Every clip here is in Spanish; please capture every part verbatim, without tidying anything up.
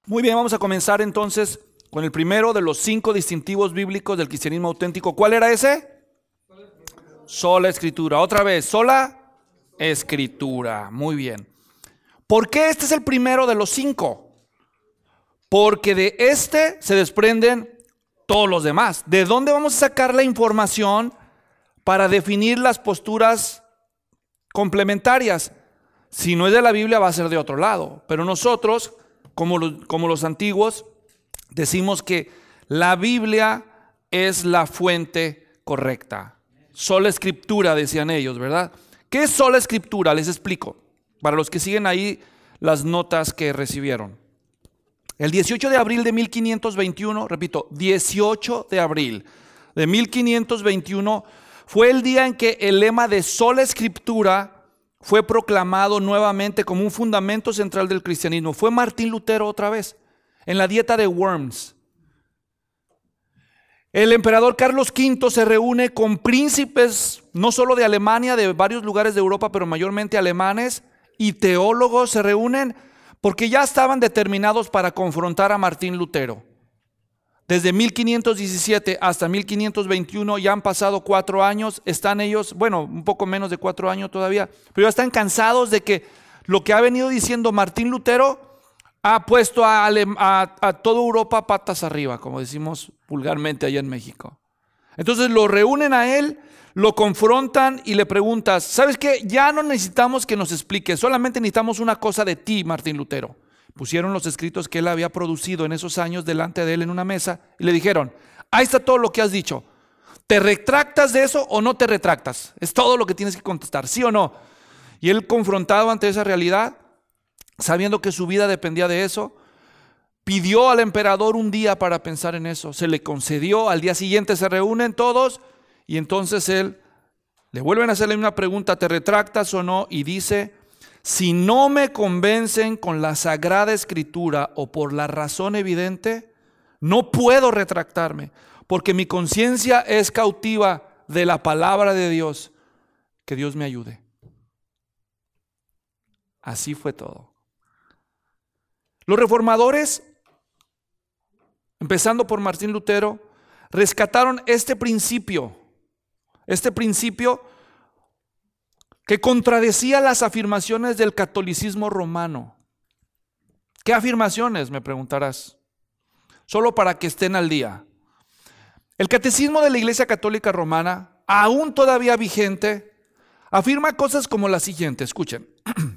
Muy bien, vamos a comenzar entonces con el primero de los cinco distintivos bíblicos del cristianismo auténtico. ¿Cuál era ese? Sola Escritura. Otra vez, sola Escritura. Muy bien. ¿Por qué este es el primero de los cinco? Porque de este se desprenden todos los demás. ¿De dónde vamos a sacar la información para definir las posturas complementarias? Si no es de la Biblia, va a ser de otro lado. Pero nosotros, como los, como los antiguos, decimos que la Biblia es la fuente correcta. Sola Escritura, decían ellos, ¿verdad? ¿Qué es sola Escritura? Les explico, para los que siguen ahí las notas que recibieron. El dieciocho de abril de mil quinientos veintiuno, repito, dieciocho de abril de mil quinientos veintiuno, fue el día en que el lema de sola Escritura fue proclamado nuevamente como un fundamento central del cristianismo. Fue Martín Lutero otra vez, en la dieta de Worms. El emperador Carlos quinto se reúne con príncipes, no solo de Alemania, de varios lugares de Europa, pero mayormente alemanes, y teólogos se reúnen porque ya estaban determinados para confrontar a Martín Lutero. Desde mil quinientos diecisiete hasta mil quinientos veintiuno ya han pasado cuatro años, están ellos, bueno, un poco menos de cuatro años todavía, pero ya están cansados de que lo que ha venido diciendo Martín Lutero ha puesto a, a, a toda Europa patas arriba, como decimos vulgarmente allá en México. Entonces lo reúnen a él, lo confrontan y le preguntas, ¿sabes qué? Ya no necesitamos que nos expliques, solamente necesitamos una cosa de ti, Martín Lutero. Pusieron los escritos que él había producido en esos años delante de él en una mesa y le dijeron, ahí está todo lo que has dicho. ¿Te retractas de eso o no te retractas? Es todo lo que tienes que contestar, ¿sí o no? Y él, confrontado ante esa realidad, sabiendo que su vida dependía de eso, pidió al emperador un día para pensar en eso. Se le concedió, al día siguiente se reúnen todos y entonces él, le vuelven a hacerle una pregunta, ¿te retractas o no? Y dice, si no me convencen con la Sagrada Escritura o por la razón evidente, no puedo retractarme, porque mi conciencia es cautiva de la palabra de Dios. Que Dios me ayude. Así fue todo. Los reformadores, empezando por Martín Lutero, rescataron este principio, este principio que contradecía las afirmaciones del catolicismo romano. ¿Qué afirmaciones? Me preguntarás. Solo para que estén al día. El catecismo de la Iglesia Católica Romana, aún todavía vigente, afirma cosas como la siguiente. Escuchen.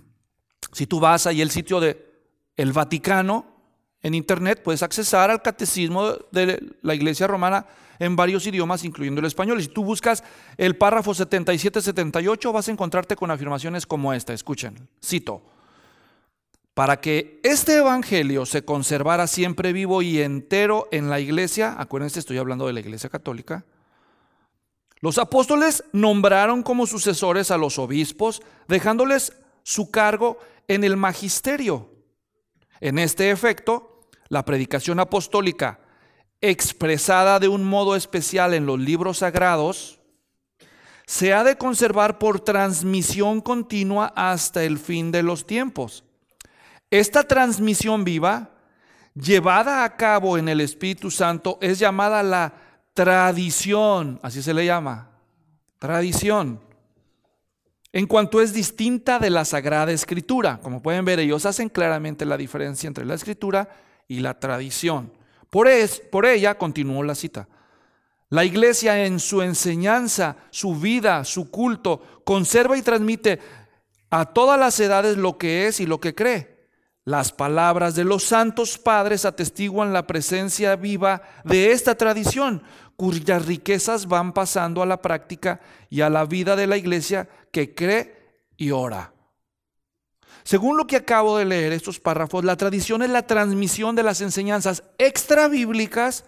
Si tú vas ahí al sitio de el Vaticano, en internet puedes accesar al catecismo de la Iglesia Romana en varios idiomas, incluyendo el español. Si tú buscas el párrafo setenta y siete setenta y ocho, vas a encontrarte con afirmaciones como esta. Escuchen, cito: para que este evangelio se conservara siempre vivo y entero en la iglesia, acuérdense, estoy hablando de la Iglesia Católica, los apóstoles nombraron como sucesores a los obispos, dejándoles su cargo en el magisterio. En este efecto, la predicación apostólica, expresada de un modo especial en los libros sagrados, se ha de conservar por transmisión continua hasta el fin de los tiempos. Esta transmisión viva, llevada a cabo en el Espíritu Santo, es llamada la tradición, así se le llama, tradición, en cuanto es distinta de la Sagrada Escritura. Como pueden ver, ellos hacen claramente la diferencia entre la Escritura y la tradición. Por, es, por ella, continuó la cita, la Iglesia en su enseñanza, su vida, su culto, conserva y transmite a todas las edades lo que es y lo que cree. Las palabras de los santos padres atestiguan la presencia viva de esta tradición, cuyas riquezas van pasando a la práctica y a la vida de la Iglesia que cree y ora. Según lo que acabo de leer, estos párrafos, la tradición es la transmisión de las enseñanzas extrabíblicas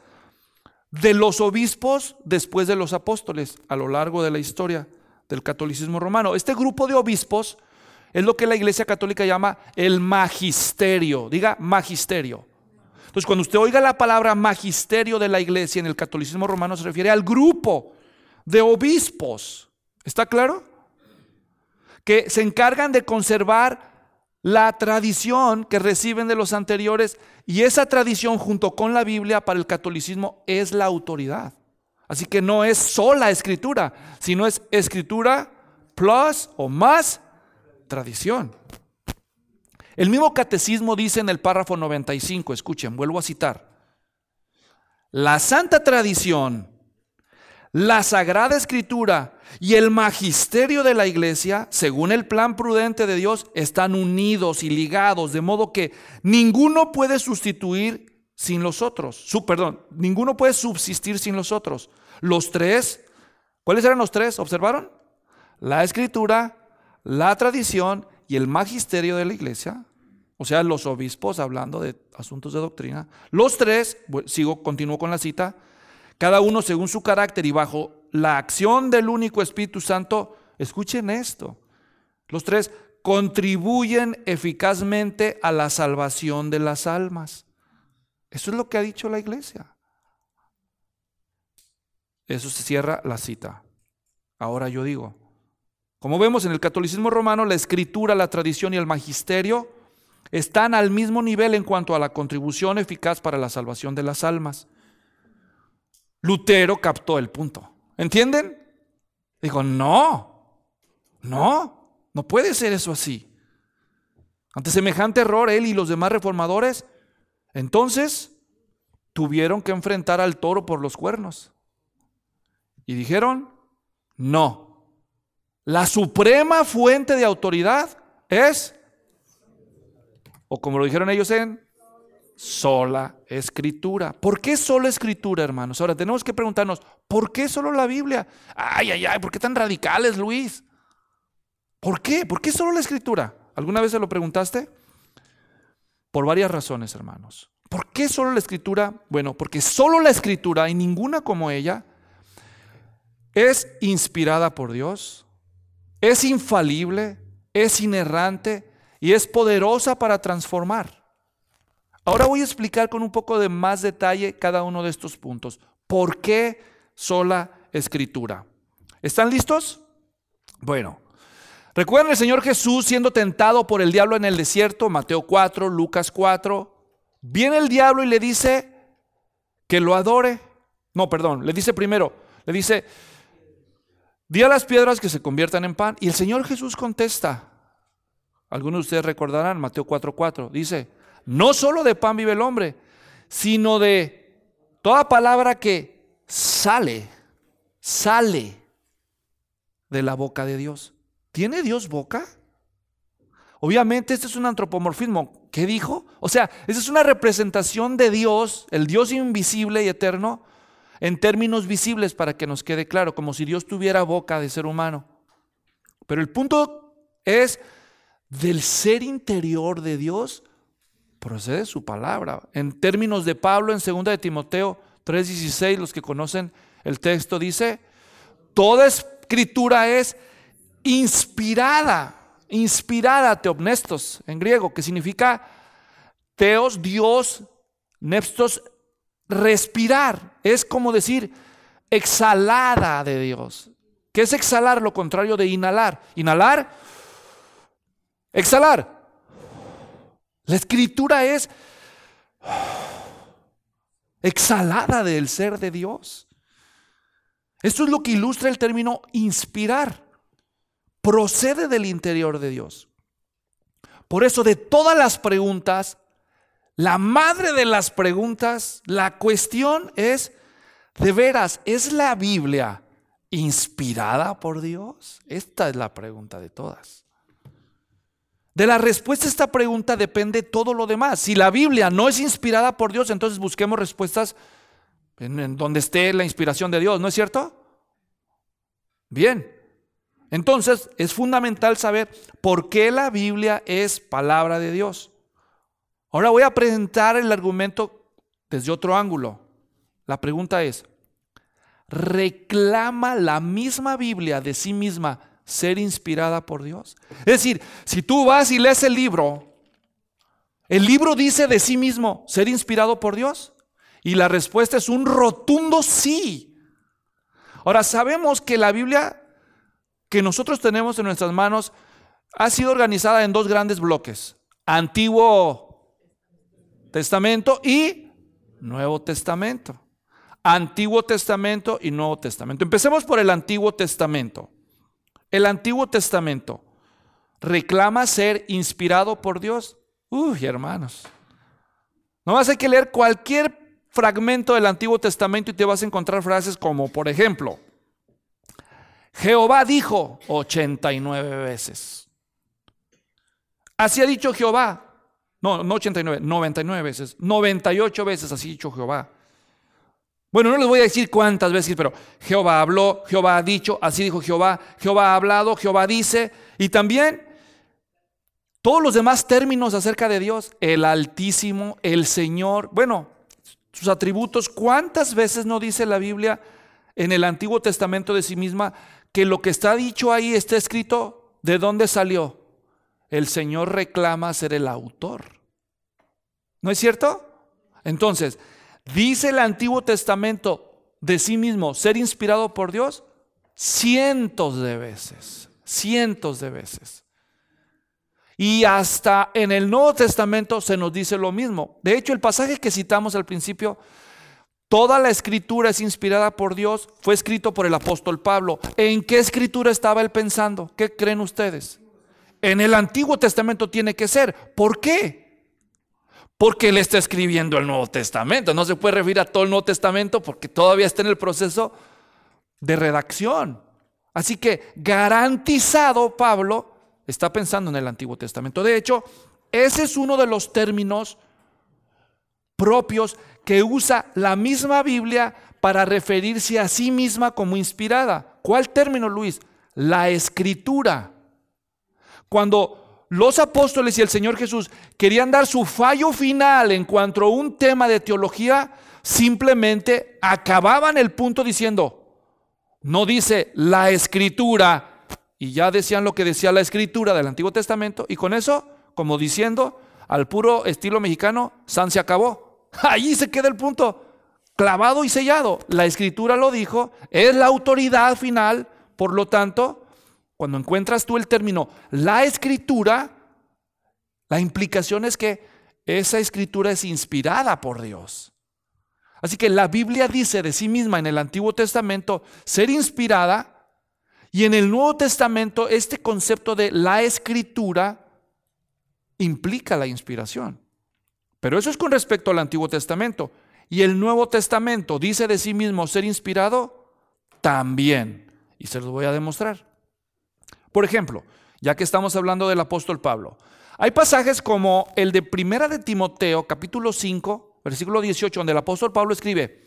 de los obispos después de los apóstoles a lo largo de la historia del catolicismo romano. Este grupo de obispos es lo que la Iglesia Católica llama el magisterio. Diga magisterio. Entonces, cuando usted oiga la palabra magisterio de la Iglesia en el catolicismo romano, se refiere al grupo de obispos. ¿Está claro? Que se encargan de conservar la tradición que reciben de los anteriores, y esa tradición junto con la Biblia para el catolicismo es la autoridad. Así que no es sola escritura, sino es escritura plus o más tradición. El mismo catecismo dice en el párrafo noventa y cinco, escuchen, vuelvo a citar: la santa tradición, la sagrada escritura y el magisterio de la iglesia, según el plan prudente de Dios, están unidos y ligados, de modo que ninguno puede sustituir sin los otros. Su, perdón, ninguno puede subsistir sin los otros. Los tres, ¿cuáles eran los tres? ¿Observaron? La escritura, la tradición y el magisterio de la iglesia, o sea, los obispos, hablando de asuntos de doctrina. Los tres, sigo, continúo con la cita, cada uno según su carácter y bajo la acción del único Espíritu Santo, escuchen esto, los tres contribuyen eficazmente a la salvación de las almas. Eso es lo que ha dicho la iglesia. Eso se cierra la cita. Ahora yo digo, como vemos en el catolicismo romano, la escritura, la tradición y el magisterio están al mismo nivel en cuanto a la contribución eficaz para la salvación de las almas. Lutero captó el punto. ¿Entienden? Dijo, no, no, no puede ser eso así. Ante semejante error, él y los demás reformadores, entonces tuvieron que enfrentar al toro por los cuernos. Y dijeron, no, la suprema fuente de autoridad es, o como lo dijeron ellos en sola escritura. ¿Por qué sola escritura, hermanos? Ahora tenemos que preguntarnos, ¿por qué solo la Biblia? Ay, ay, ay, ¿por qué tan radicales, Luis? ¿Por qué? ¿Por qué solo la escritura? ¿Alguna vez se lo preguntaste? Por varias razones, hermanos. ¿Por qué solo la escritura? Bueno, porque solo la escritura y ninguna como ella es inspirada por Dios, es infalible, es inerrante y es poderosa para transformar. Ahora voy a explicar con un poco de más detalle cada uno de estos puntos. ¿Por qué sola escritura? ¿Están listos? Bueno, recuerden el Señor Jesús siendo tentado por el diablo en el desierto, Mateo cuatro, Lucas cuatro. Viene el diablo y le dice que lo adore. No, perdón, le dice primero, le dice, di a las piedras que se conviertan en pan. Y el Señor Jesús contesta, algunos de ustedes recordarán, Mateo cuatro, cuatro, dice, no solo de pan vive el hombre, sino de toda palabra que sale, sale de la boca de Dios. ¿Tiene Dios boca? Obviamente este es un antropomorfismo. ¿Qué dijo? O sea, esa es una representación de Dios, el Dios invisible y eterno, en términos visibles para que nos quede claro, como si Dios tuviera boca de ser humano. Pero el punto es, del ser interior de Dios procede su palabra. En términos de Pablo, en segunda de Timoteo tres dieciséis, los que conocen el texto, dice, toda escritura es inspirada, inspirada, teopnestos, en griego, que significa teos, Dios, nepstos, respirar. Es como decir, exhalada de Dios. ¿Qué es exhalar? Lo contrario de inhalar. Inhalar, exhalar. La escritura es exhalada del ser de Dios. Esto es lo que ilustra el término inspirar. Procede del interior de Dios. Por eso, de todas las preguntas, la madre de las preguntas, la cuestión es, ¿de veras es la Biblia inspirada por Dios? Esta es la pregunta de todas. De la respuesta a esta pregunta depende todo lo demás. Si la Biblia no es inspirada por Dios, entonces busquemos respuestas en, en donde esté la inspiración de Dios, ¿no es cierto? Bien, entonces es fundamental saber por qué la Biblia es palabra de Dios. Ahora voy a presentar el argumento desde otro ángulo. La pregunta es, ¿reclama la misma Biblia de sí misma ser inspirada por Dios? Es decir, si tú vas y lees el libro, ¿el libro dice de sí mismo ser inspirado por Dios? Y la respuesta es un rotundo sí. Ahora, sabemos que la Biblia que nosotros tenemos en nuestras manos ha sido organizada en dos grandes bloques: Antiguo Testamento y Nuevo Testamento. Antiguo Testamento y Nuevo Testamento. Empecemos por el Antiguo Testamento. El Antiguo Testamento reclama ser inspirado por Dios. Uy, hermanos, nomás hay que leer cualquier fragmento del Antiguo Testamento y te vas a encontrar frases como, por ejemplo, Jehová dijo ochenta y nueve veces. Así ha dicho Jehová. No, no ochenta y nueve, noventa y nueve veces. noventa y ocho veces así ha dicho Jehová. Bueno, no les voy a decir cuántas veces, pero Jehová habló, Jehová ha dicho, así dijo Jehová, Jehová ha hablado, Jehová dice. Y también todos los demás términos acerca de Dios, el Altísimo, el Señor, bueno, sus atributos. ¿Cuántas veces no dice la Biblia en el Antiguo Testamento de sí misma que lo que está dicho ahí está escrito? ¿De dónde salió? El Señor reclama ser el autor. ¿No es cierto? Entonces, ¿dice el Antiguo Testamento de sí mismo ser inspirado por Dios? Cientos de veces, cientos de veces. Y hasta en el Nuevo Testamento se nos dice lo mismo. De hecho, el pasaje que citamos al principio, toda la escritura es inspirada por Dios, fue escrito por el apóstol Pablo. ¿En qué escritura estaba él pensando? ¿Qué creen ustedes? En el Antiguo Testamento tiene que ser. ¿Por qué? Porque él está escribiendo el Nuevo Testamento. No se puede referir a todo el Nuevo Testamento porque todavía está en el proceso de redacción. Así que garantizado, Pablo está pensando en el Antiguo Testamento. De hecho, ese es uno de los términos propios que usa la misma Biblia para referirse a sí misma como inspirada. ¿Cuál término, Luis? La Escritura. Cuando los apóstoles y el Señor Jesús querían dar su fallo final en cuanto a un tema de teología, simplemente acababan el punto diciendo, no dice la Escritura, y ya decían lo que decía la Escritura del Antiguo Testamento, y con eso, como diciendo, al puro estilo mexicano, san se acabó. Allí se queda el punto, clavado y sellado. La Escritura lo dijo, es la autoridad final, por lo tanto, cuando encuentras tú el término la Escritura, la implicación es que esa Escritura es inspirada por Dios. Así que la Biblia dice de sí misma en el Antiguo Testamento ser inspirada, y en el Nuevo Testamento este concepto de la Escritura implica la inspiración. Pero eso es con respecto al Antiguo Testamento. Y el Nuevo Testamento dice de sí mismo ser inspirado también. Y se los voy a demostrar. Por ejemplo, ya que estamos hablando del apóstol Pablo, hay pasajes como el de Primera de Timoteo, capítulo cinco, versículo dieciocho, donde el apóstol Pablo escribe,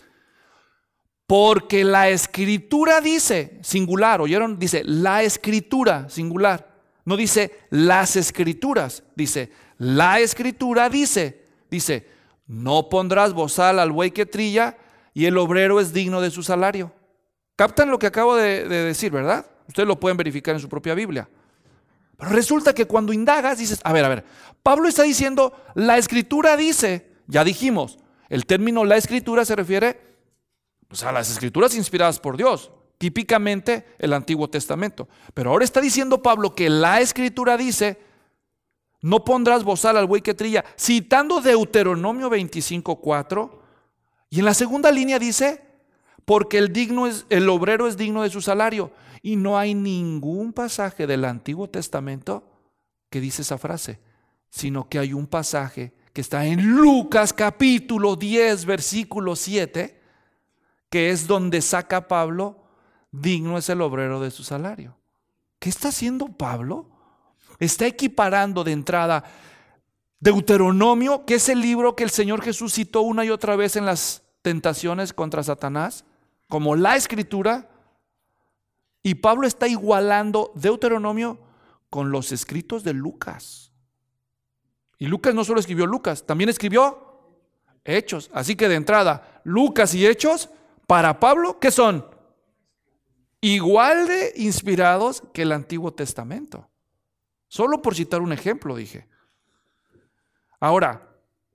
porque la Escritura dice, singular, ¿oyeron? Dice la Escritura, singular. No dice las Escrituras, dice la Escritura dice, dice, no pondrás bozal al buey que trilla y el obrero es digno de su salario. ¿Captan lo que acabo de, de decir, verdad? Ustedes lo pueden verificar en su propia Biblia. Pero resulta que cuando indagas dices, a ver, a ver, Pablo está diciendo, la Escritura dice, ya dijimos, el término la Escritura se refiere pues, a las Escrituras inspiradas por Dios, típicamente el Antiguo Testamento. Pero ahora está diciendo Pablo que la Escritura dice, no pondrás bozal al buey que trilla, citando Deuteronomio veinticinco cuatro, y en la segunda línea dice, porque el, digno es, el obrero es digno de su salario. Y no hay ningún pasaje del Antiguo Testamento que dice esa frase, sino que hay un pasaje que está en Lucas capítulo diez, versículo siete, que es donde saca Pablo, digno es el obrero de su salario. ¿Qué está haciendo Pablo? Está equiparando de entrada Deuteronomio, que es el libro que el Señor Jesús citó una y otra vez en las tentaciones contra Satanás, como la Escritura. Y Pablo está igualando Deuteronomio con los escritos de Lucas. Y Lucas no solo escribió Lucas, también escribió Hechos. Así que de entrada, Lucas y Hechos, para Pablo, ¿qué son? Igual de inspirados que el Antiguo Testamento. Solo por citar un ejemplo, dije. Ahora,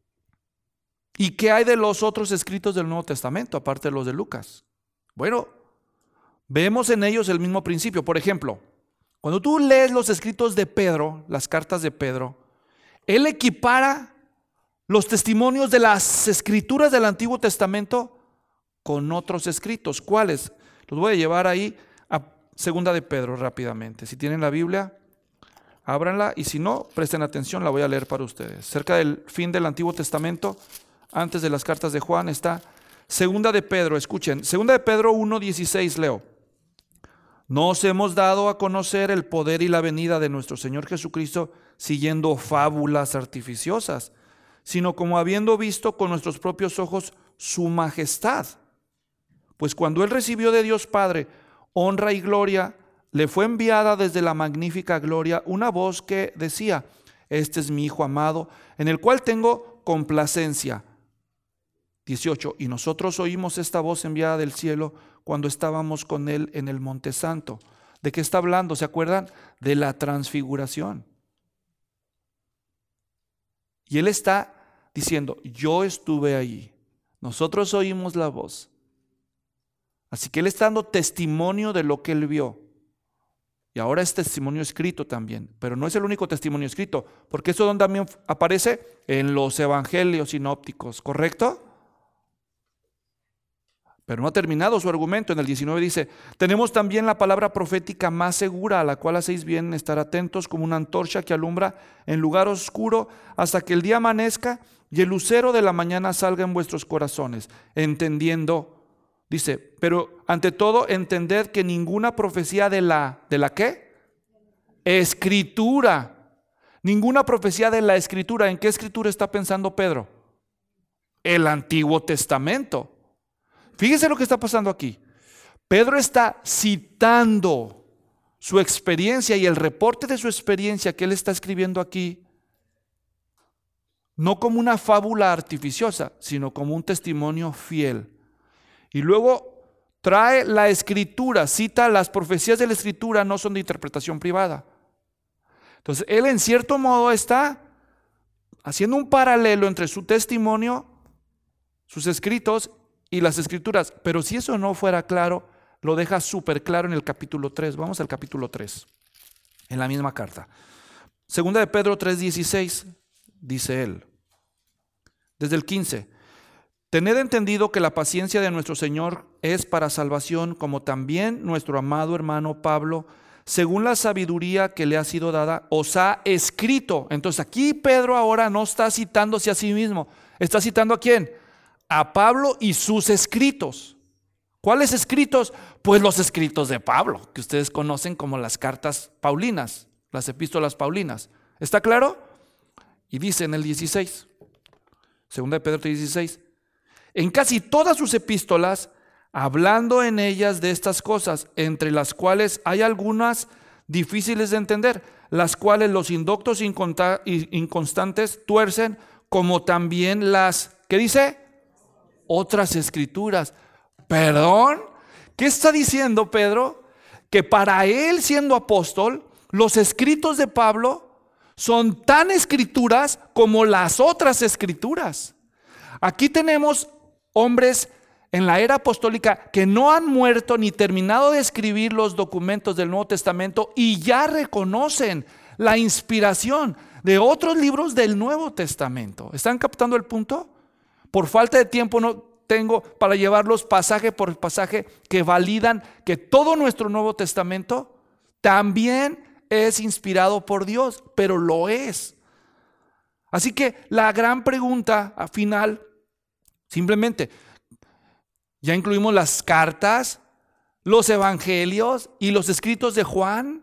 ¿y qué hay de los otros escritos del Nuevo Testamento, aparte de los de Lucas? Bueno, vemos en ellos el mismo principio. Por ejemplo, Cuando tú lees los escritos de Pedro, las cartas de Pedro, él equipara los testimonios de las escrituras del Antiguo Testamento con otros escritos. ¿Cuáles? Los voy a llevar ahí a Segunda de Pedro rápidamente. Si tienen la Biblia, ábranla, y si no, presten atención, la voy a leer para ustedes. Cerca del fin del Antiguo Testamento, antes de las cartas de Juan, está Segunda de Pedro. Escuchen, Segunda de Pedro uno dieciséis, leo. No os hemos dado a conocer el poder y la venida de nuestro Señor Jesucristo siguiendo fábulas artificiosas, sino como habiendo visto con nuestros propios ojos su majestad. Pues cuando Él recibió de Dios Padre honra y gloria, le fue enviada desde la magnífica gloria una voz que decía: este es mi Hijo amado, en el cual tengo complacencia. dieciocho. Y nosotros oímos esta voz enviada del cielo cuando estábamos con Él en el Monte Santo. ¿De qué está hablando? ¿Se acuerdan? De la transfiguración. Y Él está diciendo: yo estuve allí, nosotros oímos la voz. Así que Él está dando testimonio de lo que Él vio. Y ahora es testimonio escrito también, pero no es el único testimonio escrito, porque eso donde también aparece en los evangelios sinópticos, ¿correcto? Pero no ha terminado su argumento. En el diecinueve dice: tenemos también la palabra profética más segura, a la cual hacéis bien estar atentos, como una antorcha que alumbra en lugar oscuro hasta que el día amanezca y el lucero de la mañana salga en vuestros corazones, entendiendo. Dice, pero ante todo entended que ninguna profecía de la, ¿de la qué? Escritura. Ninguna profecía de la Escritura. ¿En qué Escritura está pensando Pedro? El Antiguo Testamento. Fíjese lo que está pasando aquí. Pedro está citando su experiencia y el reporte de su experiencia que él está escribiendo aquí, no como una fábula artificiosa, sino como un testimonio fiel. Y luego trae la Escritura, cita las profecías de la Escritura, no son de interpretación privada. Entonces, él en cierto modo está haciendo un paralelo entre su testimonio, sus escritos y las Escrituras. Pero si eso no fuera claro, lo deja súper claro en el capítulo tres. Vamos al capítulo tres, en la misma carta. Segunda de Pedro tres dieciséis, dice él, desde el quince. Tened entendido que la paciencia de nuestro Señor es para salvación, como también nuestro amado hermano Pablo, según la sabiduría que le ha sido dada, os ha escrito. Entonces aquí Pedro ahora no está citándose a sí mismo. ¿Está citando a quién? A Pablo y sus escritos. ¿Cuáles escritos? Pues los escritos de Pablo, que ustedes conocen como las cartas paulinas, las epístolas paulinas. ¿Está claro? Y dice en el dieciséis, Segunda de Pedro dieciséis, en casi todas sus epístolas, hablando en ellas de estas cosas, entre las cuales hay algunas difíciles de entender, las cuales los indoctos e inconstantes tuercen, como también las, ¿qué dice? Otras escrituras. ¿Perdón? ¿Qué está diciendo Pedro? Que para él, siendo apóstol, los escritos de Pablo son tan escrituras como las otras escrituras. Aquí tenemos hombres en la era apostólica que no han muerto ni terminado de escribir los documentos del Nuevo Testamento y ya reconocen la inspiración de otros libros del Nuevo Testamento. ¿Están captando el punto? Por falta de tiempo no tengo para llevarlos pasaje por pasaje que validan que todo nuestro Nuevo Testamento también es inspirado por Dios, pero lo es. Así que la gran pregunta al final, simplemente, ya incluimos las cartas, los evangelios y los escritos de Juan.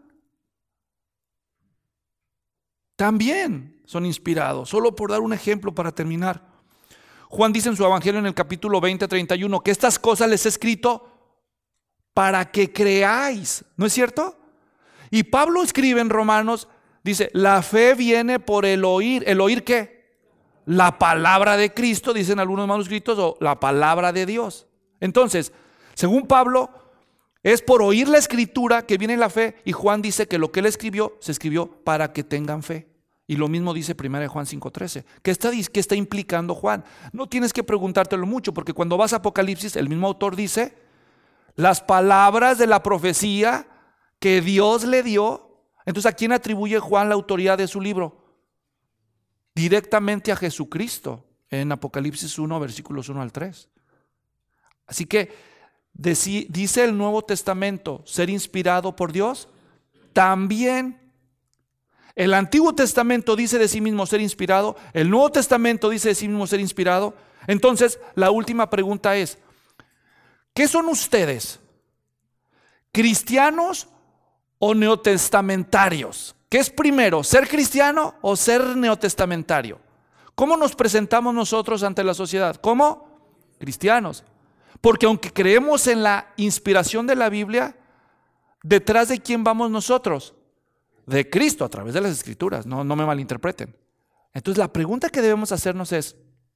También son inspirados. Solo por dar un ejemplo para terminar. Juan dice en su evangelio en el capítulo veinte, treinta y uno, que estas cosas les he escrito para que creáis. ¿No es cierto? Y Pablo escribe en Romanos, dice, la fe viene por el oír. ¿El oír qué? La palabra de Cristo, dicen algunos manuscritos, o la palabra de Dios. Entonces, según Pablo, es por oír la escritura que viene la fe, y Juan dice que lo que él escribió, se escribió para que tengan fe. Y lo mismo dice primera de Juan cinco trece. ¿Qué está, ¿Qué está implicando Juan? No tienes que preguntártelo mucho, porque cuando vas a Apocalipsis, el mismo autor dice, las palabras de la profecía que Dios le dio Entonces, ¿a quién atribuye Juan la autoridad de su libro? Directamente a Jesucristo, en Apocalipsis uno, versículos uno al tres. Así que, dice el Nuevo Testamento ser inspirado por Dios. También el Antiguo Testamento dice de sí mismo ser inspirado. El Nuevo Testamento dice de sí mismo ser inspirado. Entonces, la última pregunta es: ¿qué son ustedes? ¿Cristianos o neotestamentarios? ¿Qué es primero, ser cristiano o ser neotestamentario? ¿Cómo nos presentamos nosotros ante la sociedad? ¿Cómo? Cristianos. Porque aunque creemos en la inspiración de la Biblia, ¿detrás de quién vamos nosotros? De Cristo, a través de las Escrituras. No, no me malinterpreten. Entonces la pregunta que debemos hacernos es: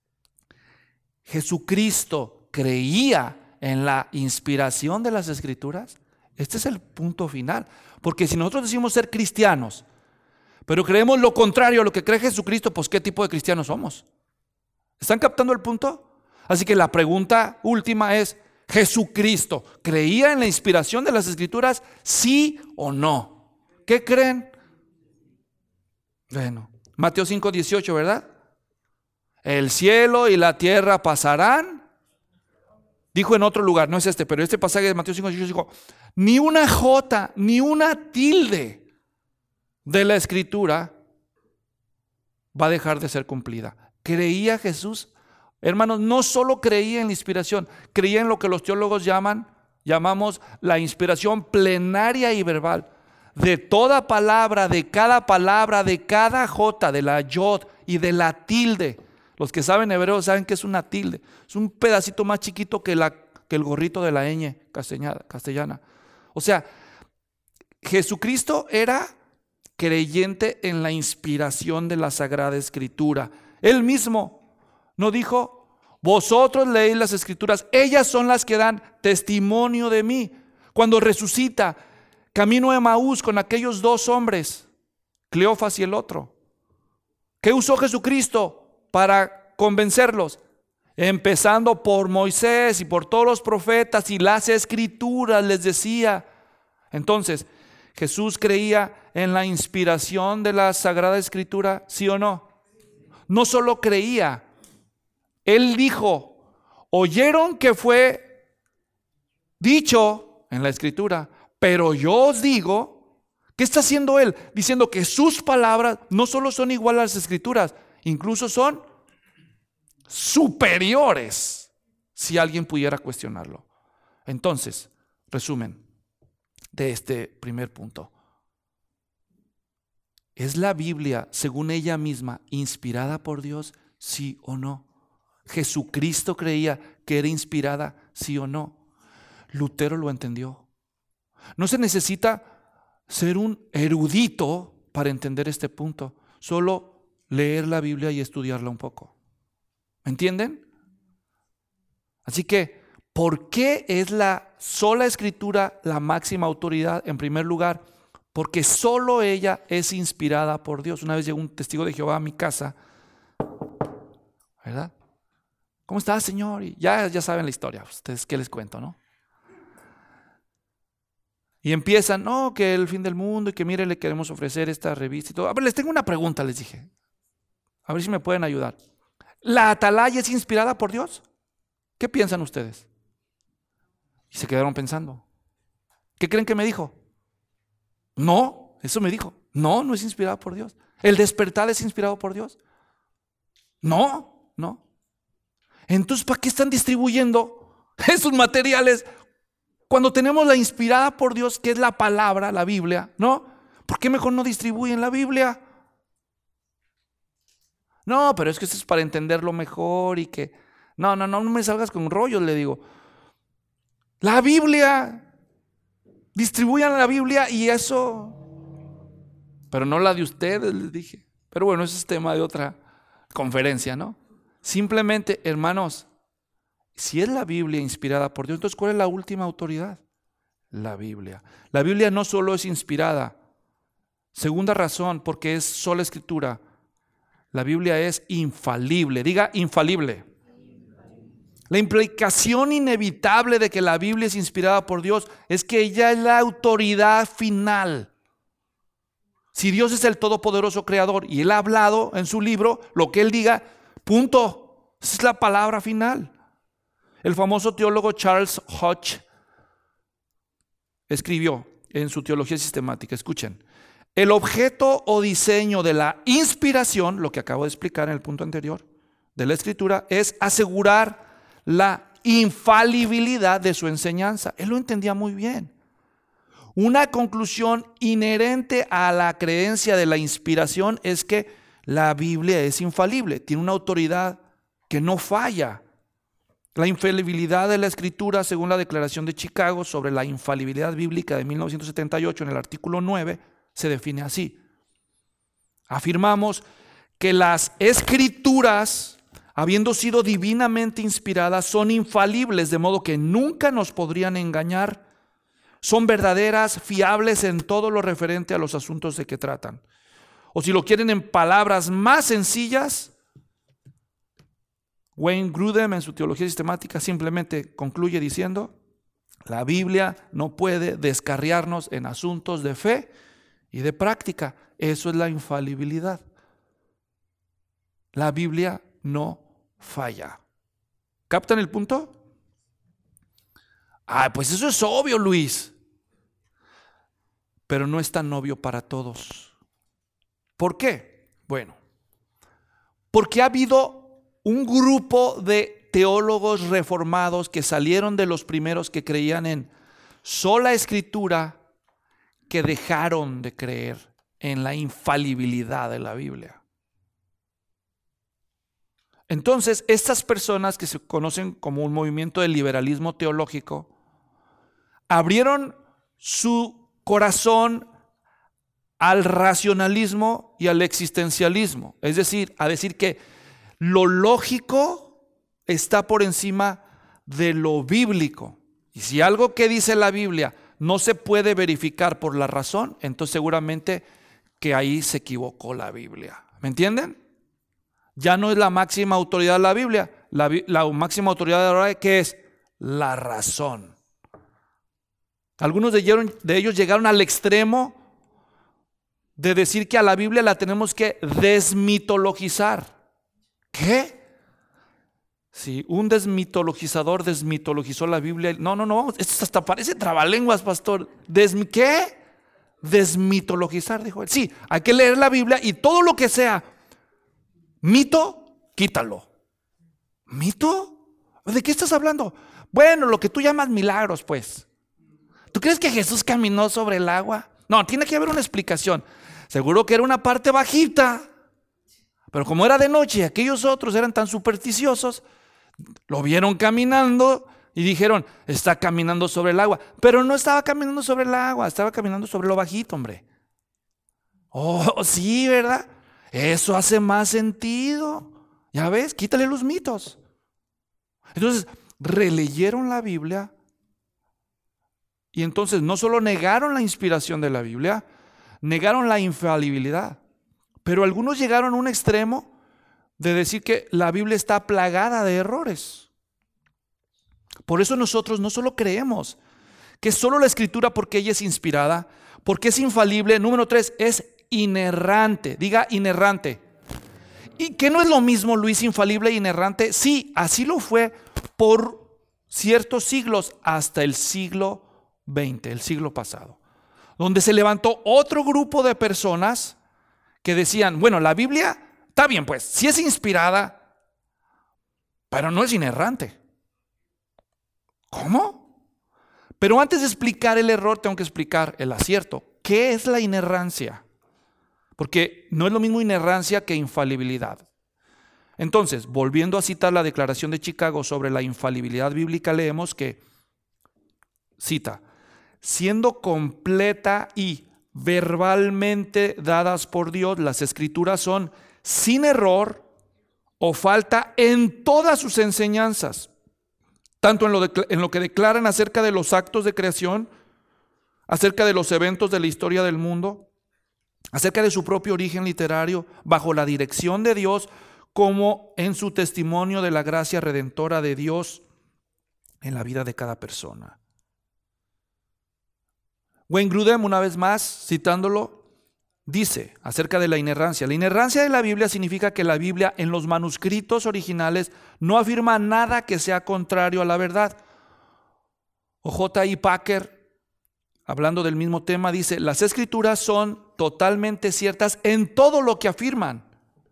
¿Jesucristo creía en la inspiración de las Escrituras? Este es el punto final. Porque si nosotros decimos ser cristianos, pero creemos lo contrario a lo que cree Jesucristo, pues ¿qué tipo de cristianos somos? ¿Están captando el punto? Así que la pregunta última es: ¿Jesucristo creía en la inspiración de las Escrituras? ¿Sí o no? ¿Qué creen? Bueno, Mateo cinco dieciocho, ¿verdad? El cielo y la tierra pasarán. Dijo en otro lugar, no es este, pero este pasaje de Mateo cinco dieciocho dijo: ni una jota, ni una tilde de la Escritura va a dejar de ser cumplida. ¿Creía Jesús? Hermanos, no solo creía en la inspiración, creía en lo que los teólogos llaman, llamamos la inspiración plenaria y verbal. De toda palabra, de cada palabra, de cada jota, de la yod y de la tilde. Los que saben hebreo saben que es una tilde. Es un pedacito más chiquito que, la, que el gorrito de la ñ castellana. O sea, Jesucristo era creyente en la inspiración de la Sagrada Escritura. Él mismo no dijo: vosotros leéis las Escrituras, ellas son las que dan testimonio de mí. Cuando resucita, camino a Emaús con aquellos dos hombres, Cleofas y el otro, ¿qué usó Jesucristo para convencerlos? Empezando por Moisés y por todos los profetas y las Escrituras, les decía. Entonces, ¿Jesús creía en la inspiración de la Sagrada Escritura? ¿Sí o no? No solo creía, Él dijo: oyeron que fue dicho en la Escritura, pero yo os digo. ¿Qué está haciendo Él? Diciendo que sus palabras no solo son iguales a las Escrituras, incluso son superiores, si alguien pudiera cuestionarlo. Entonces, resumen de este primer punto: ¿es la Biblia, según ella misma, inspirada por Dios? ¿Sí o no? ¿Jesucristo creía que era inspirada? ¿Sí o no? Lutero lo entendió. No se necesita ser un erudito para entender este punto, solo leer la Biblia y estudiarla un poco. ¿Me entienden? Así que, ¿por qué es la sola Escritura la máxima autoridad? En primer lugar, porque solo ella es inspirada por Dios. Una vez llegó un testigo de Jehová a mi casa, ¿verdad? ¿Cómo estás, señor? Y ya, ya saben la historia, ustedes qué les cuento, ¿no? Y empiezan, no, que el fin del mundo y que mire, le queremos ofrecer esta revista y todo. A ver, les tengo una pregunta, les dije. A ver si me pueden ayudar. ¿La atalaya es inspirada por Dios? ¿Qué piensan ustedes? Y se quedaron pensando. ¿Qué creen que me dijo? No, eso me dijo. No, no es inspirada por Dios. ¿El despertar es inspirado por Dios? No, no. Entonces, ¿para qué están distribuyendo esos materiales cuando tenemos la inspirada por Dios, que es la palabra, la Biblia, ¿no? ¿Por qué mejor no distribuyen la Biblia? No, pero es que eso es para entenderlo mejor y que... No, no, no, no me salgas con rollos, le digo. La Biblia, distribuyan la Biblia y eso... Pero no la de ustedes, les dije. Pero bueno, ese es tema de otra conferencia, ¿no? Simplemente, hermanos, si es la Biblia inspirada por Dios, entonces ¿cuál es la última autoridad? La Biblia. La Biblia no solo es inspirada. Segunda razón, porque es sola Escritura. La Biblia es infalible. Diga infalible. La implicación inevitable de que la Biblia es inspirada por Dios es que ella es la autoridad final. Si Dios es el todopoderoso creador y Él ha hablado en su libro, lo que Él diga, punto. Esa es la palabra final. El famoso teólogo Charles Hodge escribió en su teología sistemática, escuchen, el objeto o diseño de la inspiración, lo que acabo de explicar en el punto anterior, de la Escritura, es asegurar la infalibilidad de su enseñanza. Él lo entendía muy bien. Una conclusión inherente a la creencia de la inspiración es que la Biblia es infalible, tiene una autoridad que no falla. La infalibilidad de la Escritura, según la Declaración de Chicago sobre la infalibilidad bíblica de mil novecientos setenta y ocho, en el artículo nueve, se define así. Afirmamos que las Escrituras, habiendo sido divinamente inspiradas, son infalibles, de modo que nunca nos podrían engañar. Son verdaderas, fiables en todo lo referente a los asuntos de que tratan. O si lo quieren en palabras más sencillas, Wayne Grudem en su teología sistemática simplemente concluye diciendo: la Biblia no puede descarriarnos en asuntos de fe y de práctica. Eso es la infalibilidad. La Biblia no falla. ¿Captan el punto? Ah, pues eso es obvio, Luis. Pero no es tan obvio para todos. ¿Por qué? Bueno, porque ha habido un grupo de teólogos reformados que salieron de los primeros que creían en sola Escritura, que dejaron de creer en la infalibilidad de la Biblia. Entonces, estas personas que se conocen como un movimiento de liberalismo teológico, abrieron su corazón al racionalismo y al existencialismo, es decir, a decir que lo lógico está por encima de lo bíblico. Y si algo que dice la Biblia no se puede verificar por la razón, entonces seguramente que ahí se equivocó la Biblia. ¿Me entienden? Ya no es la máxima autoridad la Biblia, la, la máxima autoridad ahora, ¿qué es? La razón. Algunos de, de ellos llegaron al extremo de decir que a la Biblia la tenemos que desmitologizar. ¿Qué? Si un desmitologizador desmitologizó la Biblia, no, no, no, esto hasta parece trabalenguas, pastor. ¿Desmi qué? Desmitologizar, dijo él. Sí, hay que leer la Biblia y todo lo que sea mito, quítalo. ¿Mito? ¿De qué estás hablando? Bueno, lo que tú llamas milagros, pues. ¿Tú crees que Jesús caminó sobre el agua? No, tiene que haber una explicación. Seguro que era una parte bajita, pero como era de noche y aquellos otros eran tan supersticiosos, lo vieron caminando y dijeron, está caminando sobre el agua. Pero no estaba caminando sobre el agua, estaba caminando sobre lo bajito, hombre. Oh, sí, ¿verdad? Eso hace más sentido. Ya ves, quítale los mitos. Entonces, releyeron la Biblia y entonces no solo negaron la inspiración de la Biblia, negaron la infalibilidad. Pero algunos llegaron a un extremo de decir que la Biblia está plagada de errores. Por eso nosotros no solo creemos que solo la Escritura, porque ella es inspirada, porque es infalible, número tres, es inerrante. Diga inerrante. ¿Y qué no es lo mismo, Luis, infalible e inerrante? Sí, así lo fue por ciertos siglos, hasta el siglo veinte, el siglo pasado, donde se levantó otro grupo de personas que decían, bueno, la Biblia está bien, pues, sí es inspirada, pero no es inerrante. ¿Cómo? Pero antes de explicar el error, tengo que explicar el acierto. ¿Qué es la inerrancia? Porque no es lo mismo inerrancia que infalibilidad. Entonces, volviendo a citar la Declaración de Chicago sobre la infalibilidad bíblica, leemos que, cita, siendo completa y verbalmente dadas por Dios, las Escrituras son sin error o falta en todas sus enseñanzas, tanto en lo, de, en lo que declaran acerca de los actos de creación, acerca de los eventos de la historia del mundo, acerca de su propio origen literario, bajo la dirección de Dios, como en su testimonio de la gracia redentora de Dios en la vida de cada persona. Wayne Grudem, una vez más, citándolo, dice acerca de la inerrancia. La inerrancia de la Biblia significa que la Biblia en los manuscritos originales no afirma nada que sea contrario a la verdad. O J I Packer, hablando del mismo tema, dice: las escrituras son totalmente ciertas en todo lo que afirman.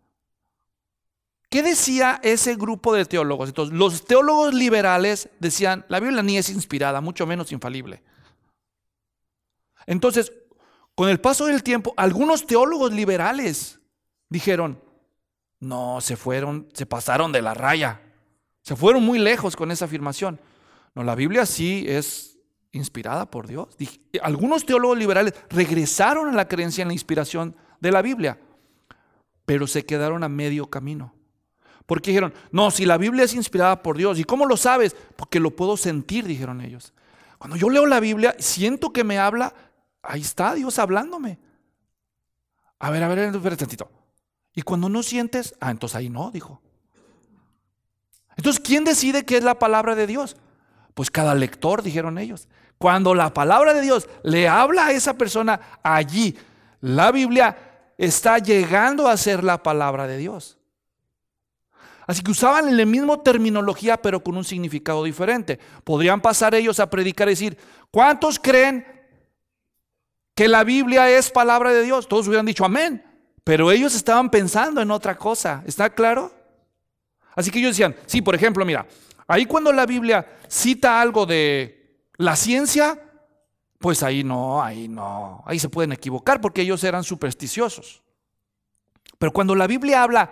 ¿Qué decía ese grupo de teólogos? Entonces, los teólogos liberales decían: la Biblia ni es inspirada, mucho menos infalible. Entonces, con el paso del tiempo, algunos teólogos liberales dijeron: no, se fueron, se pasaron de la raya, se fueron muy lejos con esa afirmación. No, la Biblia sí es inspirada por Dios. Algunos teólogos liberales regresaron a la creencia en la inspiración de la Biblia, pero se quedaron a medio camino. Porque dijeron: no, si la Biblia es inspirada por Dios. ¿Y cómo lo sabes? Porque lo puedo sentir, dijeron ellos. Cuando yo leo la Biblia, siento que me habla. Ahí está Dios hablándome. A ver, a ver, espera tantito. Y cuando no sientes, ah, entonces ahí no, dijo. Entonces, ¿quién decide qué es la palabra de Dios? Pues cada lector, dijeron ellos. Cuando la palabra de Dios le habla a esa persona, allí la Biblia está llegando a ser la palabra de Dios. Así que usaban la misma terminología, pero con un significado diferente. Podrían pasar ellos a predicar y decir: ¿cuántos creen que la Biblia es palabra de Dios? Todos hubieran dicho amén, pero ellos estaban pensando en otra cosa. ¿Está claro? Así que ellos decían: sí, por ejemplo, mira, ahí cuando la Biblia cita algo de la ciencia, pues ahí no, ahí no, ahí se pueden equivocar porque ellos eran supersticiosos. Pero cuando la Biblia habla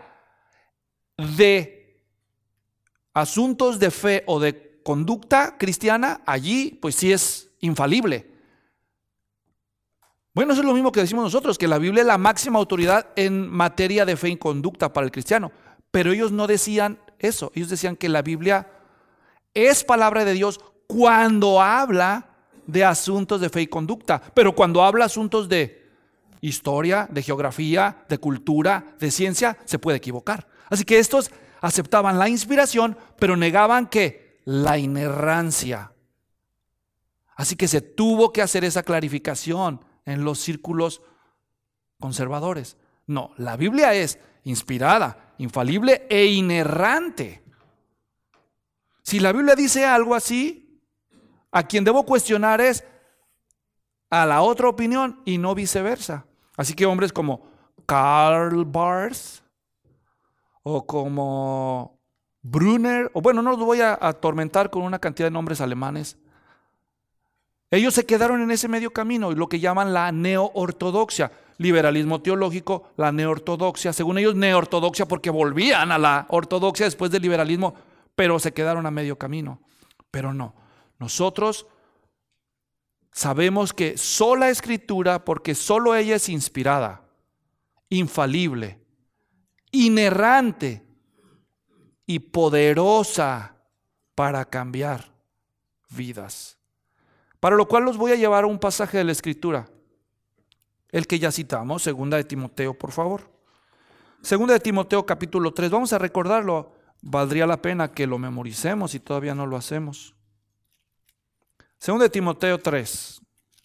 de asuntos de fe o de conducta cristiana, allí pues sí es infalible. Bueno, eso es lo mismo que decimos nosotros, que la Biblia es la máxima autoridad en materia de fe y conducta para el cristiano. Pero ellos no decían eso. Ellos decían que la Biblia es palabra de Dios cuando habla de asuntos de fe y conducta. Pero cuando habla asuntos de historia, de geografía, de cultura, de ciencia, se puede equivocar. Así que estos aceptaban la inspiración, pero negaban que la inerrancia. Así que se tuvo que hacer esa clarificación en los círculos conservadores. No, la Biblia es inspirada, infalible e inerrante. Si la Biblia dice algo así, a quien debo cuestionar es a la otra opinión y no viceversa. Así que hombres como Karl Barth o como Brunner, o bueno, no los voy a atormentar con una cantidad de nombres alemanes. Ellos se quedaron en ese medio camino, lo que llaman la neoortodoxia, liberalismo teológico, la neoortodoxia, según ellos neoortodoxia porque volvían a la ortodoxia después del liberalismo, pero se quedaron a medio camino. Pero no, nosotros sabemos que sola Escritura, porque solo ella es inspirada, infalible, inerrante y poderosa para cambiar vidas. Para lo cual los voy a llevar a un pasaje de la Escritura, el que ya citamos, segunda de Timoteo, por favor. Segunda de Timoteo capítulo tres, vamos a recordarlo, valdría la pena que lo memoricemos si todavía no lo hacemos. Segunda de Timoteo tres.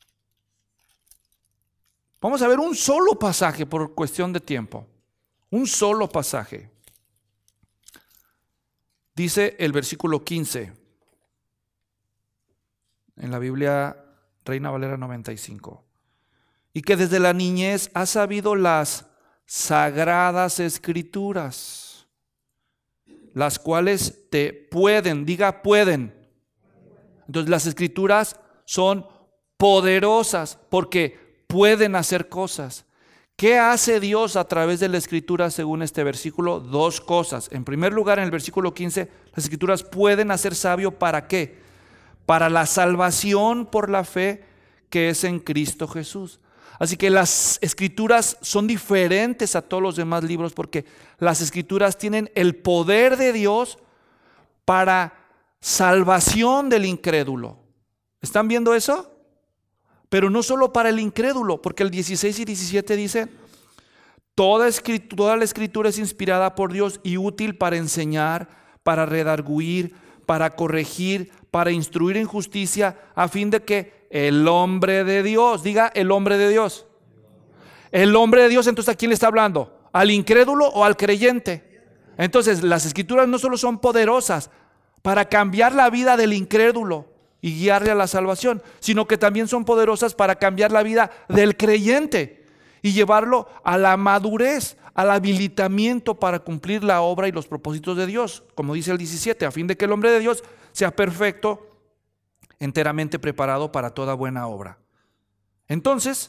Vamos a ver un solo pasaje por cuestión de tiempo, un solo pasaje. Dice el versículo quince. En la Biblia Reina Valera noventa y cinco. Y que desde la niñez has sabido las sagradas escrituras, las cuales te pueden, diga pueden. Entonces las escrituras son poderosas porque pueden hacer cosas. ¿Qué hace Dios a través de la escritura según este versículo? Dos cosas. En primer lugar, en el versículo quince, las escrituras pueden hacer sabio ¿para qué? Para la salvación por la fe que es en Cristo Jesús. Así que las escrituras son diferentes a todos los demás libros porque las escrituras tienen el poder de Dios para salvación del incrédulo. ¿Están viendo eso? Pero no solo para el incrédulo, porque el dieciséis y diecisiete dice: toda, escritura, toda la escritura es inspirada por Dios y útil para enseñar, para redarguir, para corregir, para instruir en justicia, a fin de que el hombre de Dios, diga el hombre de Dios, El hombre de Dios, entonces, ¿a quién le está hablando? ¿Al incrédulo o al creyente? Entonces, las escrituras no solo son poderosas para cambiar la vida del incrédulo y guiarle a la salvación, sino que también son poderosas para cambiar la vida del creyente y llevarlo a la madurez, al habilitamiento para cumplir la obra y los propósitos de Dios, como dice el diecisiete, a fin de que el hombre de Dios sea perfecto, enteramente preparado para toda buena obra. Entonces,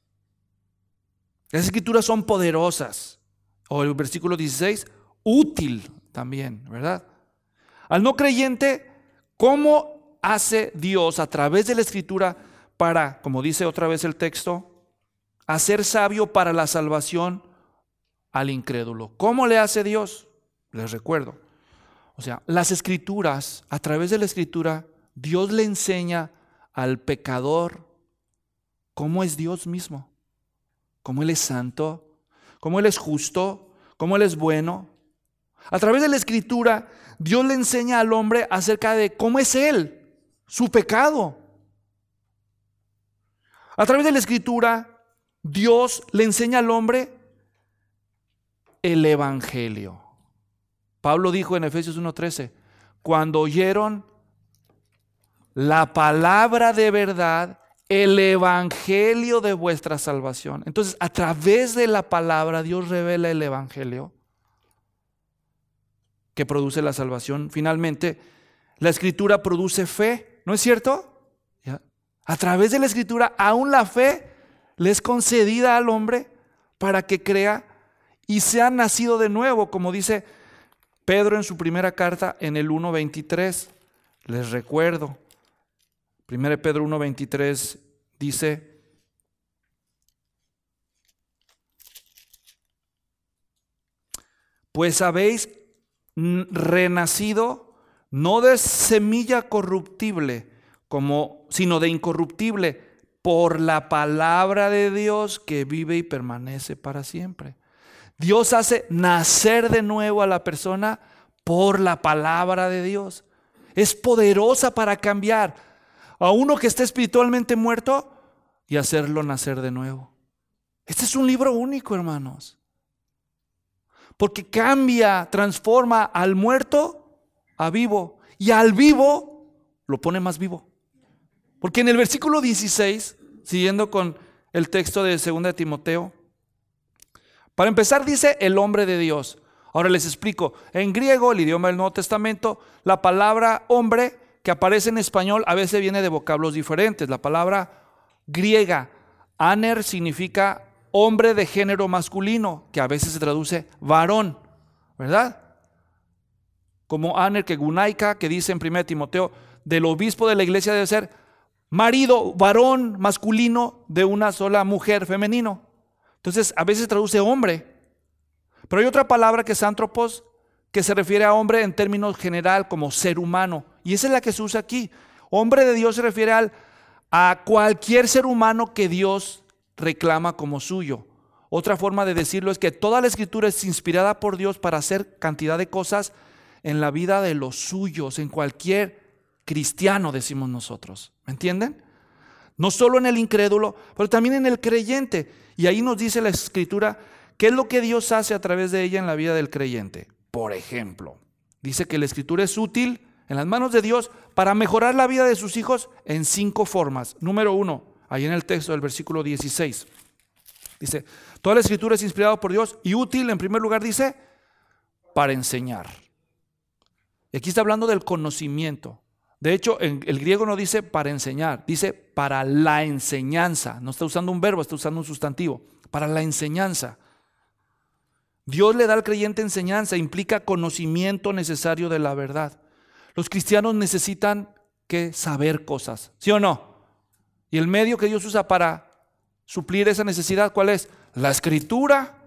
las escrituras son poderosas, o el versículo dieciséis, útil también, ¿verdad? Al no creyente, ¿cómo hace Dios a través de la escritura para, como dice otra vez el texto, hacer sabio para la salvación al incrédulo? ¿Cómo le hace Dios? Les recuerdo. O sea, las escrituras, a través de la escritura, Dios le enseña al pecador cómo es Dios mismo, cómo Él es santo, cómo Él es justo, cómo Él es bueno. A través de la escritura, Dios le enseña al hombre acerca de cómo es Él, su pecado. A través de la escritura, Dios le enseña al hombre el evangelio. Pablo dijo en Efesios uno trece, cuando oyeron la palabra de verdad, el evangelio de vuestra salvación. Entonces, a través de la palabra, Dios revela el evangelio que produce la salvación. Finalmente, la escritura produce fe, ¿no es cierto? ¿Ya? A través de la escritura, aún la fe le es concedida al hombre para que crea y sea nacido de nuevo, como dice Pedro en su primera carta en el uno veintitrés. Les recuerdo, primera de Pedro uno veintitrés dice: pues habéis renacido no de semilla corruptible, como, sino de incorruptible, por la palabra de Dios que vive y permanece para siempre. Dios hace nacer de nuevo a la persona por la palabra de Dios. Es poderosa para cambiar a uno que está espiritualmente muerto y hacerlo nacer de nuevo. Este es un libro único, hermanos. Porque cambia, transforma al muerto a vivo, y al vivo lo pone más vivo. Porque en el versículo dieciséis, siguiendo con el texto de segunda de Timoteo, para empezar dice el hombre de Dios. Ahora les explico, en griego, el idioma del Nuevo Testamento, la palabra hombre que aparece en español a veces viene de vocablos diferentes. La palabra griega, aner, significa hombre de género masculino, que a veces se traduce varón, ¿verdad? Como aner, que gunaika, que dice en primera de Timoteo, del obispo de la iglesia debe ser marido, varón, masculino de una sola mujer, femenino. Entonces a veces se traduce hombre. Pero hay otra palabra que es antropos, que se refiere a hombre en términos general como ser humano, y esa es la que se usa aquí. Hombre de Dios se refiere al, a cualquier ser humano que Dios reclama como suyo. Otra forma de decirlo es que toda la escritura es inspirada por Dios para hacer cantidad de cosas en la vida de los suyos, en cualquier cristiano, decimos nosotros. ¿Me entienden? No solo en el incrédulo, pero también en el creyente. Y ahí nos dice la escritura qué es lo que Dios hace a través de ella en la vida del creyente. Por ejemplo, dice que la escritura es útil en las manos de Dios para mejorar la vida de sus hijos en cinco formas. Número uno, ahí en el texto del versículo dieciséis, dice, toda la escritura es inspirada por Dios y útil, en primer lugar, dice, para enseñar. Y aquí está hablando del conocimiento. De hecho, en el griego no dice para enseñar, dice para la enseñanza. No está usando un verbo, está usando un sustantivo. Para la enseñanza. Dios le da al creyente enseñanza, implica conocimiento necesario de la verdad. Los cristianos necesitan que saber cosas, ¿sí o no? Y el medio que Dios usa para suplir esa necesidad, ¿cuál es? La escritura.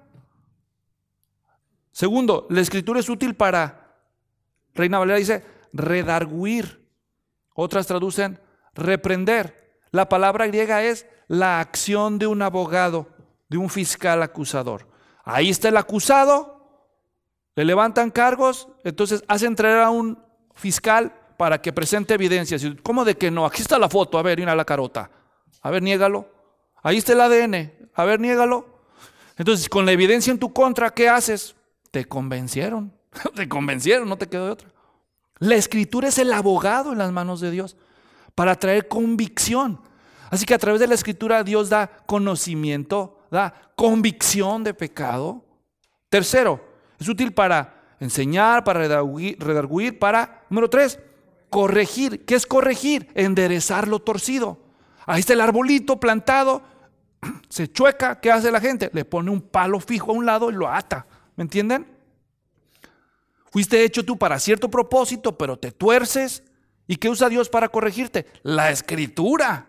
Segundo, la escritura es útil para, Reina Valera dice, redarguir. Otras traducen reprender. La palabra griega es la acción de un abogado, de un fiscal acusador. Ahí está el acusado, le levantan cargos, entonces hacen traer a un fiscal para que presente evidencias. ¿Cómo de que no? Aquí está la foto, a ver, mira la carota. A ver, niégalo. Ahí está el A D N, a ver, niégalo. Entonces, con la evidencia en tu contra, ¿qué haces? Te convencieron, te convencieron, no te quedó de otra. La Escritura es el abogado en las manos de Dios para traer convicción. Así que a través de la Escritura Dios da conocimiento, da convicción de pecado. Tercero, es útil para enseñar, para redarguir, para, número tres, corregir. ¿Qué es corregir? Enderezar lo torcido. Ahí está el arbolito plantado, se chueca, ¿qué hace la gente? Le pone un palo fijo a un lado y lo ata. ¿Me entienden? Fuiste hecho tú para cierto propósito, pero te tuerces. ¿Y qué usa Dios para corregirte? La Escritura.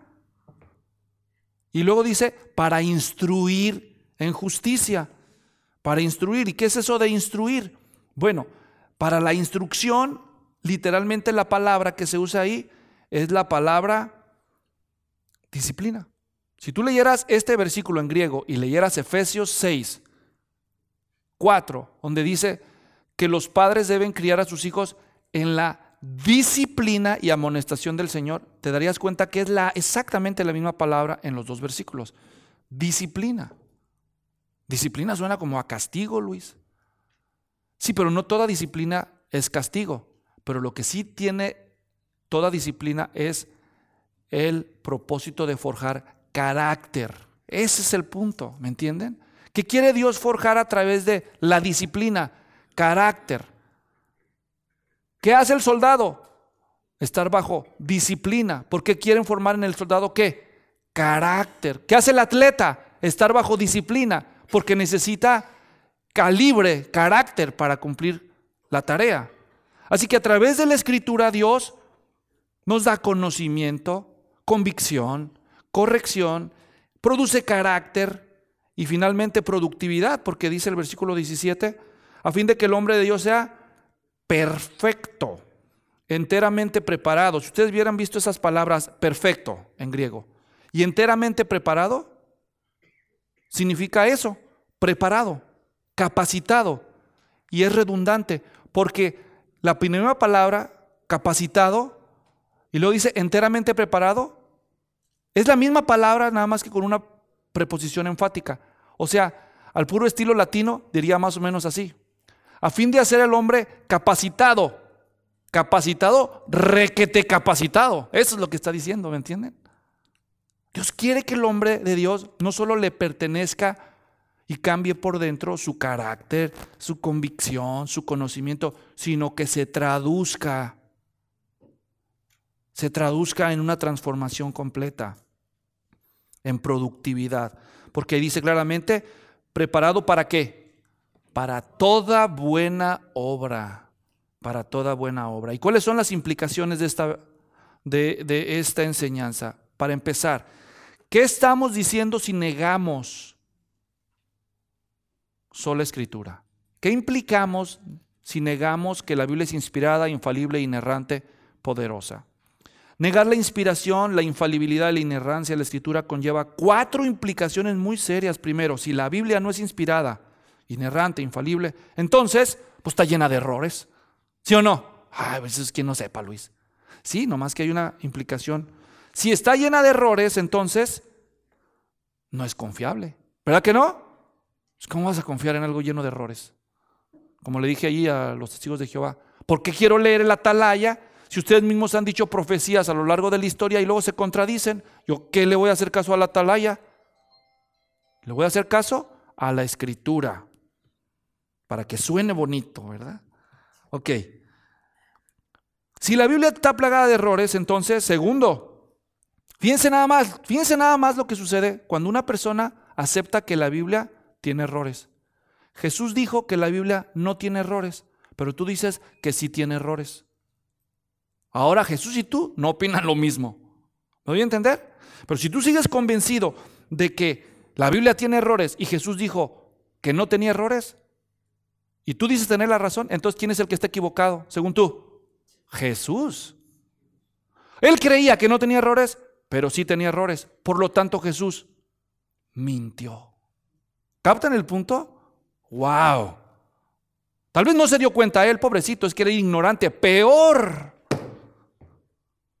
Y luego dice, para instruir en justicia. Para instruir. ¿Y qué es eso de instruir? Bueno, para la instrucción, literalmente la palabra que se usa ahí es la palabra disciplina. Si tú leyeras este versículo en griego y leyeras Efesios seis, cuatro, donde dice que los padres deben criar a sus hijos en la disciplina y amonestación del Señor, te darías cuenta que es la, exactamente la misma palabra en los dos versículos. Disciplina. Disciplina suena como a castigo, Luis. Sí, pero no toda disciplina es castigo. Pero lo que sí tiene toda disciplina es el propósito de forjar carácter. Ese es el punto, ¿me entienden? ¿Qué quiere Dios forjar a través de la disciplina? Carácter. ¿Qué hace el soldado? Estar bajo disciplina. ¿Por qué quieren formar en el soldado qué? Carácter. ¿Qué hace el atleta? Estar bajo disciplina. Porque necesita calibre, carácter para cumplir la tarea. Así que a través de la Escritura Dios nos da conocimiento, convicción, corrección, produce carácter y finalmente productividad, porque dice el versículo diecisiete, a fin de que el hombre de Dios sea perfecto, enteramente preparado. Si ustedes hubieran visto esas palabras, perfecto en griego y enteramente preparado, significa eso, preparado, capacitado, y es redundante, porque la primera palabra, capacitado, y luego dice enteramente preparado, es la misma palabra, nada más que con una preposición enfática. O sea, al puro estilo latino diría más o menos así: a fin de hacer al hombre capacitado, capacitado, requete capacitado. Eso es lo que está diciendo, ¿me entienden? Dios quiere que el hombre de Dios no solo le pertenezca y cambie por dentro su carácter, su convicción, su conocimiento, sino que se traduzca, se traduzca en una transformación completa, en productividad. Porque dice claramente, ¿preparado para qué? Para toda buena obra, para toda buena obra. ¿Y cuáles son las implicaciones de esta, de, de esta enseñanza? Para empezar, ¿qué estamos diciendo si negamos sola Escritura? ¿Qué implicamos si negamos que la Biblia es inspirada, infalible, inerrante, poderosa? Negar la inspiración, la infalibilidad y la inerrancia de la Escritura conlleva cuatro implicaciones muy serias. Primero, si la Biblia no es inspirada, inerrante, infalible, entonces pues está llena de errores. ¿Sí o no? Ay, pues es que no sepa, Luis. Sí, nomás que hay una implicación. Si está llena de errores, entonces no es confiable. ¿Verdad que no? ¿Cómo vas a confiar en algo lleno de errores? Como le dije allí a los testigos de Jehová, ¿por qué quiero leer el Atalaya si ustedes mismos han dicho profecías a lo largo de la historia y luego se contradicen? ¿Yo qué le voy a hacer caso al Atalaya? Le voy a hacer caso a la Escritura para que suene bonito, ¿verdad? Ok. Si la Biblia está plagada de errores, entonces, segundo, fíjense nada más, fíjense nada más lo que sucede cuando una persona acepta que la Biblia tiene errores. Jesús dijo que la Biblia no tiene errores, pero tú dices que sí tiene errores. Ahora Jesús y tú no opinan lo mismo. ¿Me voy a entender? Pero si tú sigues convencido de que la Biblia tiene errores y Jesús dijo que no tenía errores, y tú dices tener la razón, entonces ¿quién es el que está equivocado según tú? Jesús. Él creía que no tenía errores, pero sí tenía errores. Por lo tanto, Jesús mintió. ¿Captan el punto? ¡Wow! Tal vez no se dio cuenta él, pobrecito, es que era ignorante. Peor.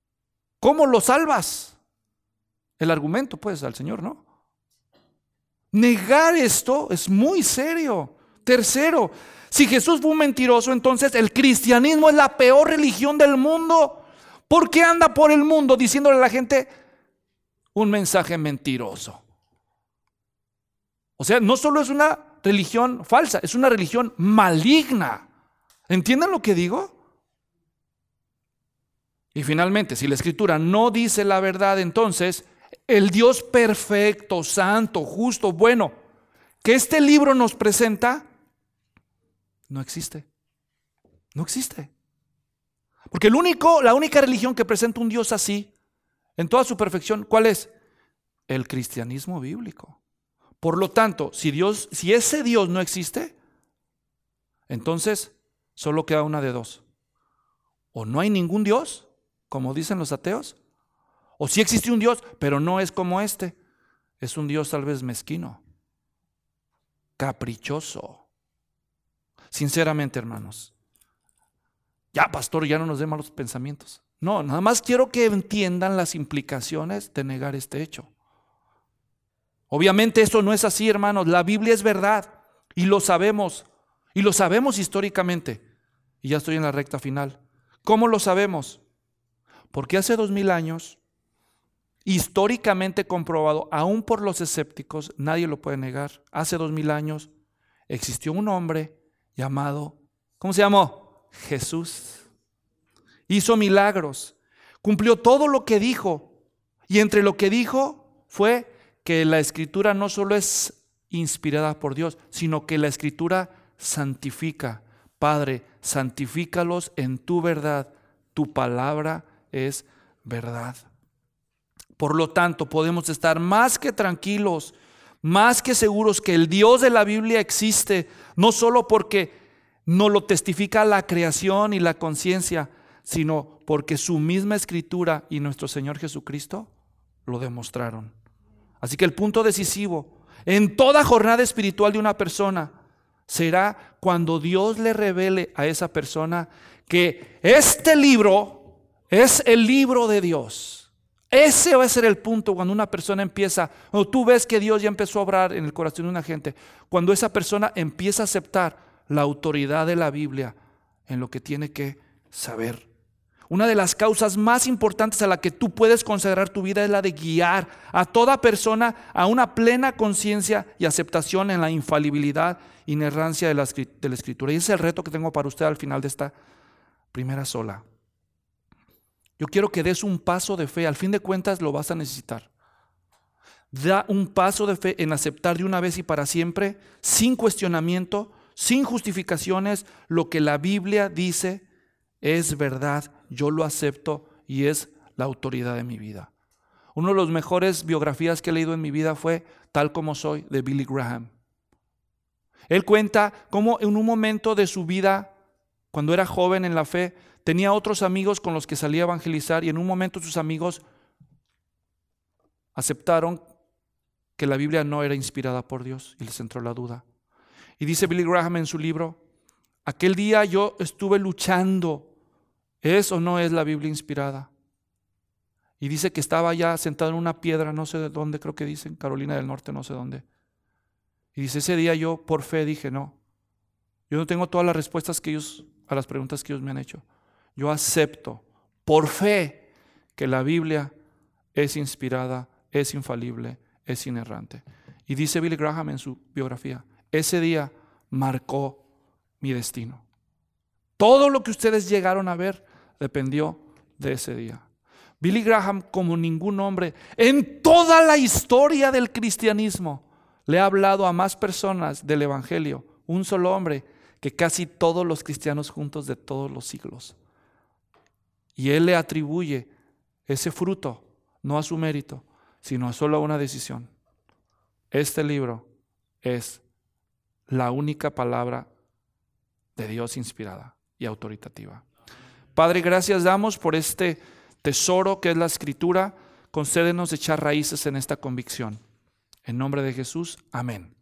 ¿Cómo lo salvas? El argumento, pues, al Señor, ¿no? Negar esto es muy serio. Tercero, si Jesús fue un mentiroso, entonces el cristianismo es la peor religión del mundo. ¿Por qué anda por el mundo diciéndole a la gente un mensaje mentiroso? O sea, no solo es una religión falsa, es una religión maligna. ¿Entienden lo que digo? Y finalmente, si la Escritura no dice la verdad, entonces el Dios perfecto, santo, justo, bueno, que este libro nos presenta, no existe. No existe. Porque el único, la única religión que presenta un Dios así, en toda su perfección, ¿cuál es? El cristianismo bíblico. Por lo tanto, si Dios, si ese Dios no existe, entonces solo queda una de dos. O no hay ningún Dios, como dicen los ateos, o sí existe un Dios, pero no es como este. Es un Dios tal vez mezquino, caprichoso. Sinceramente, hermanos, ya, pastor, ya no nos dé malos pensamientos. No, nada más quiero que entiendan las implicaciones de negar este hecho. Obviamente esto no es así, hermanos. La Biblia es verdad y lo sabemos, y lo sabemos históricamente. Y ya estoy en la recta final. ¿Cómo lo sabemos? Porque hace dos mil años, históricamente comprobado, aún por los escépticos, nadie lo puede negar. Hace dos mil años existió un hombre llamado, ¿cómo se llamó? Jesús. Hizo milagros, cumplió todo lo que dijo, y entre lo que dijo fue que la Escritura no solo es inspirada por Dios, sino que la Escritura santifica. Padre, santifícalos en tu verdad, tu palabra es verdad. Por lo tanto, podemos estar más que tranquilos, más que seguros que el Dios de la Biblia existe, no solo porque nos lo testifica la creación y la conciencia, sino porque su misma Escritura y nuestro Señor Jesucristo lo demostraron. Así que el punto decisivo en toda jornada espiritual de una persona será cuando Dios le revele a esa persona que este libro es el libro de Dios. Ese va a ser el punto cuando una persona empieza, cuando tú ves que Dios ya empezó a obrar en el corazón de una gente, cuando esa persona empieza a aceptar la autoridad de la Biblia en lo que tiene que saber. Una de las causas más importantes a la que tú puedes consagrar tu vida es la de guiar a toda persona a una plena conciencia y aceptación en la infalibilidad e inerrancia de la, de la Escritura. Y ese es el reto que tengo para usted al final de esta primera sola. Yo quiero que des un paso de fe, al fin de cuentas lo vas a necesitar. Da un paso de fe en aceptar de una vez y para siempre, sin cuestionamiento, sin justificaciones, lo que la Biblia dice es verdad, yo lo acepto y es la autoridad de mi vida. Uno de los mejores biografías que he leído en mi vida fue Tal como soy, de Billy Graham. Él cuenta cómo en un momento de su vida, cuando era joven en la fe, tenía otros amigos con los que salía a evangelizar, y en un momento sus amigos aceptaron que la Biblia no era inspirada por Dios y les entró la duda. Y dice Billy Graham en su libro, aquel día yo estuve luchando, ¿es o no es la Biblia inspirada? Y dice que estaba ya sentado en una piedra, no sé de dónde, creo que dicen, Carolina del Norte, no sé dónde. Y dice, ese día yo por fe dije, no, yo no tengo todas las respuestas que ellos, a las preguntas que ellos me han hecho. Yo acepto por fe que la Biblia es inspirada, es infalible, es inerrante. Y dice Billy Graham en su biografía, ese día marcó mi destino. Todo lo que ustedes llegaron a ver dependió de ese día. Billy Graham, como ningún hombre en toda la historia del cristianismo, le ha hablado a más personas del evangelio, un solo hombre, que casi todos los cristianos juntos de todos los siglos. Y él le atribuye ese fruto, no a su mérito, sino a solo una decisión. Este libro es la única palabra de Dios inspirada y autoritativa. Padre, gracias damos por este tesoro que es la Escritura. Concédenos echar raíces en esta convicción. En nombre de Jesús, amén.